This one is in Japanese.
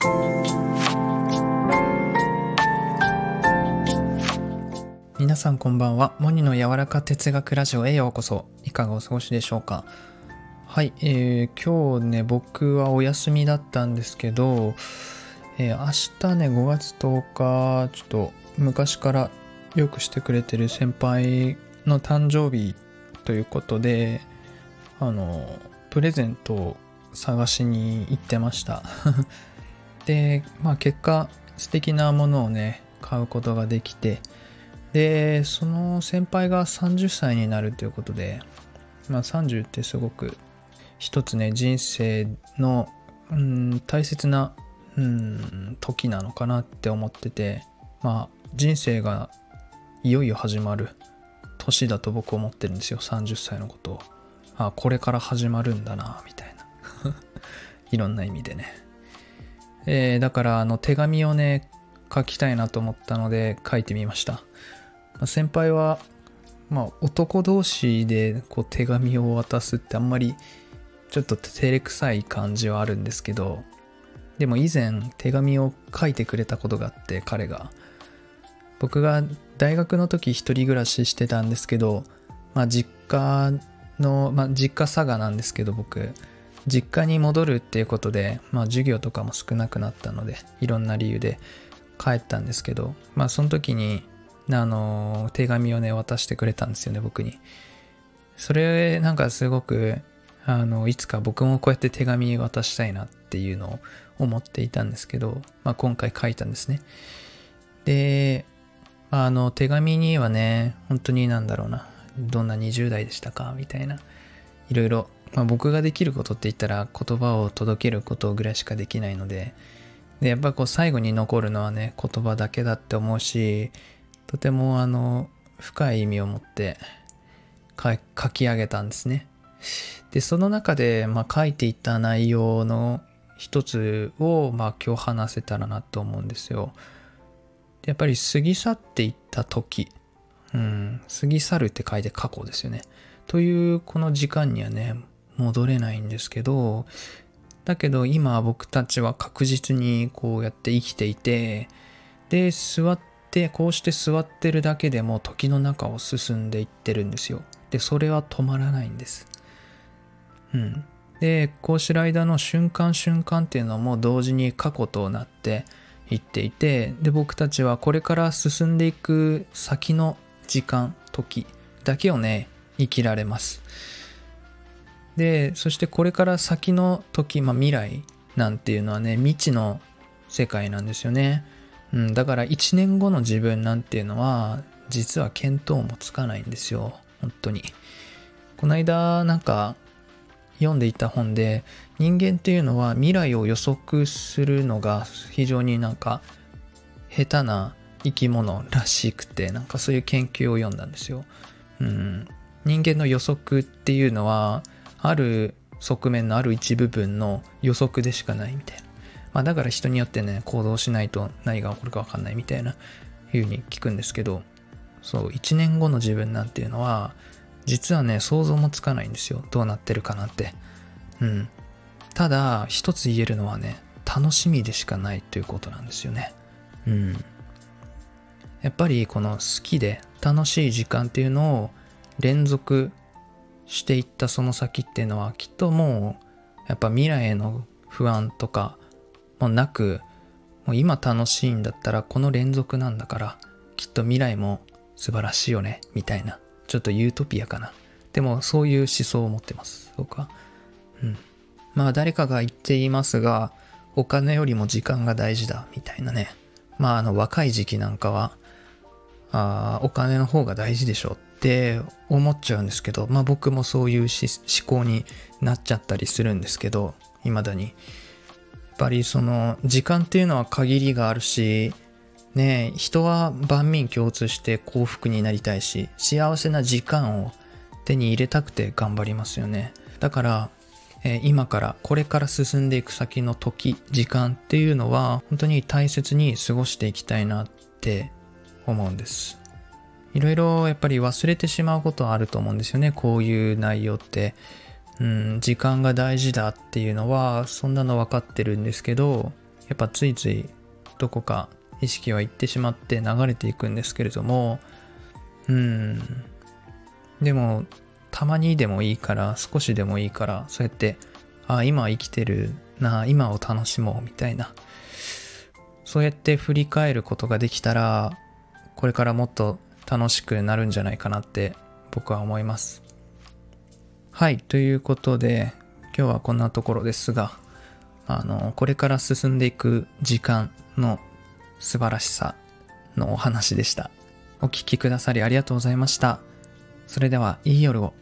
皆さんこんばんは。モニの柔らか哲学ラジオへようこそ。いかがお過ごしでしょうか。はい、今日ね、僕はお休みだったんですけど、明日ね、5月10日、ちょっと昔からよくしてくれてる先輩の誕生日ということで、プレゼントを探しに行ってました。で、結果、素敵なものをね、買うことができて、で、その先輩が30歳になるということで、30ってすごく一つね、人生の、大切な、時なのかなって思ってて、人生がいよいよ始まる年だと僕思ってるんですよ、30歳のことを。これから始まるんだな、みたいな。いろんな意味でね。だから手紙をね、書きたいなと思ったので書いてみました。先輩は、男同士でこう手紙を渡すってあんまりちょっと照れくさい感じはあるんですけど、でも以前手紙を書いてくれたことがあって、彼が。僕が大学の時一人暮らししてたんですけど、実家佐賀なんですけど、僕実家に戻るっていうことで、授業とかも少なくなったので、いろんな理由で帰ったんですけど、その時に手紙をね渡してくれたんですよね、僕に。それなんかすごくいつか僕もこうやって手紙渡したいなっていうのを思っていたんですけど、今回書いたんですね。で、手紙にはね、本当にどんな20代でしたかみたいな、いろいろ、僕ができることって言ったら言葉を届けることぐらいしかできないので、やっぱ最後に残るのはね、言葉だけだって思うし、とても深い意味を持って書き上げたんですね。で、その中で書いていった内容の一つを今日話せたらなと思うんですよ。やっぱり過ぎ去っていった時、過ぎ去るって書いて過去ですよね。というこの時間にはね、戻れないんですけど、だけど今僕たちは確実にこうやって生きていて、で、こうして座ってるだけでも時の中を進んでいってるんですよ。で、それは止まらないんです。で、こうしてる間の瞬間瞬間っていうのも同時に過去となっていっていて、で、僕たちはこれから進んでいく先の時間、時だけをね、生きられます。で、そしてこれから先の時、未来なんていうのはね、未知の世界なんですよね。だから1年後の自分なんていうのは実は見当もつかないんですよ、本当に。この間読んでいた本で、人間っていうのは未来を予測するのが非常に下手な生き物らしくて、そういう研究を読んだんですよ。人間の予測っていうのはある側面のある一部分の予測でしかないみたいな。だから人によってね、行動しないと何が起こるか分かんないみたいな風に聞くんですけど、そう、1年後の自分なんていうのは実はね、想像もつかないんですよ、どうなってるかなんて。ただ一つ言えるのはね、楽しみでしかないということなんですよね。やっぱりこの好きで楽しい時間っていうのを連続していったその先っていうのは、きっともうやっぱ未来への不安とかもなく、もう今楽しいんだったらこの連続なんだから、きっと未来も素晴らしいよねみたいな、ちょっとユートピアかな。でもそういう思想を持ってます、僕は。誰かが言っていますが、お金よりも時間が大事だみたいなね。若い時期なんかはお金の方が大事でしょって思っちゃうんですけど、僕もそういう思考になっちゃったりするんですけど、未だにやっぱりその時間っていうのは限りがあるしね、人は万民共通して幸福になりたいし、幸せな時間を手に入れたくて頑張りますよね。だから今からこれから進んでいく先の時間っていうのは本当に大切に過ごしていきたいなって思うんです。いろいろやっぱり忘れてしまうことはあると思うんですよね、こういう内容って。時間が大事だっていうのはそんなの分かってるんですけど、 やっぱついついどこか意識は行ってしまって流れていくんですけれども、でもたまにでもいいから、少しでもいいから、そうやって今生きてるな、今を楽しもうみたいな、そうやって振り返ることができたら、これからもっと楽しくなるんじゃないかなって僕は思います。はい、ということで今日はこんなところですが、これから進んでいく時間の素晴らしさのお話でした。お聞きくださりありがとうございました。それでは、いい夜を。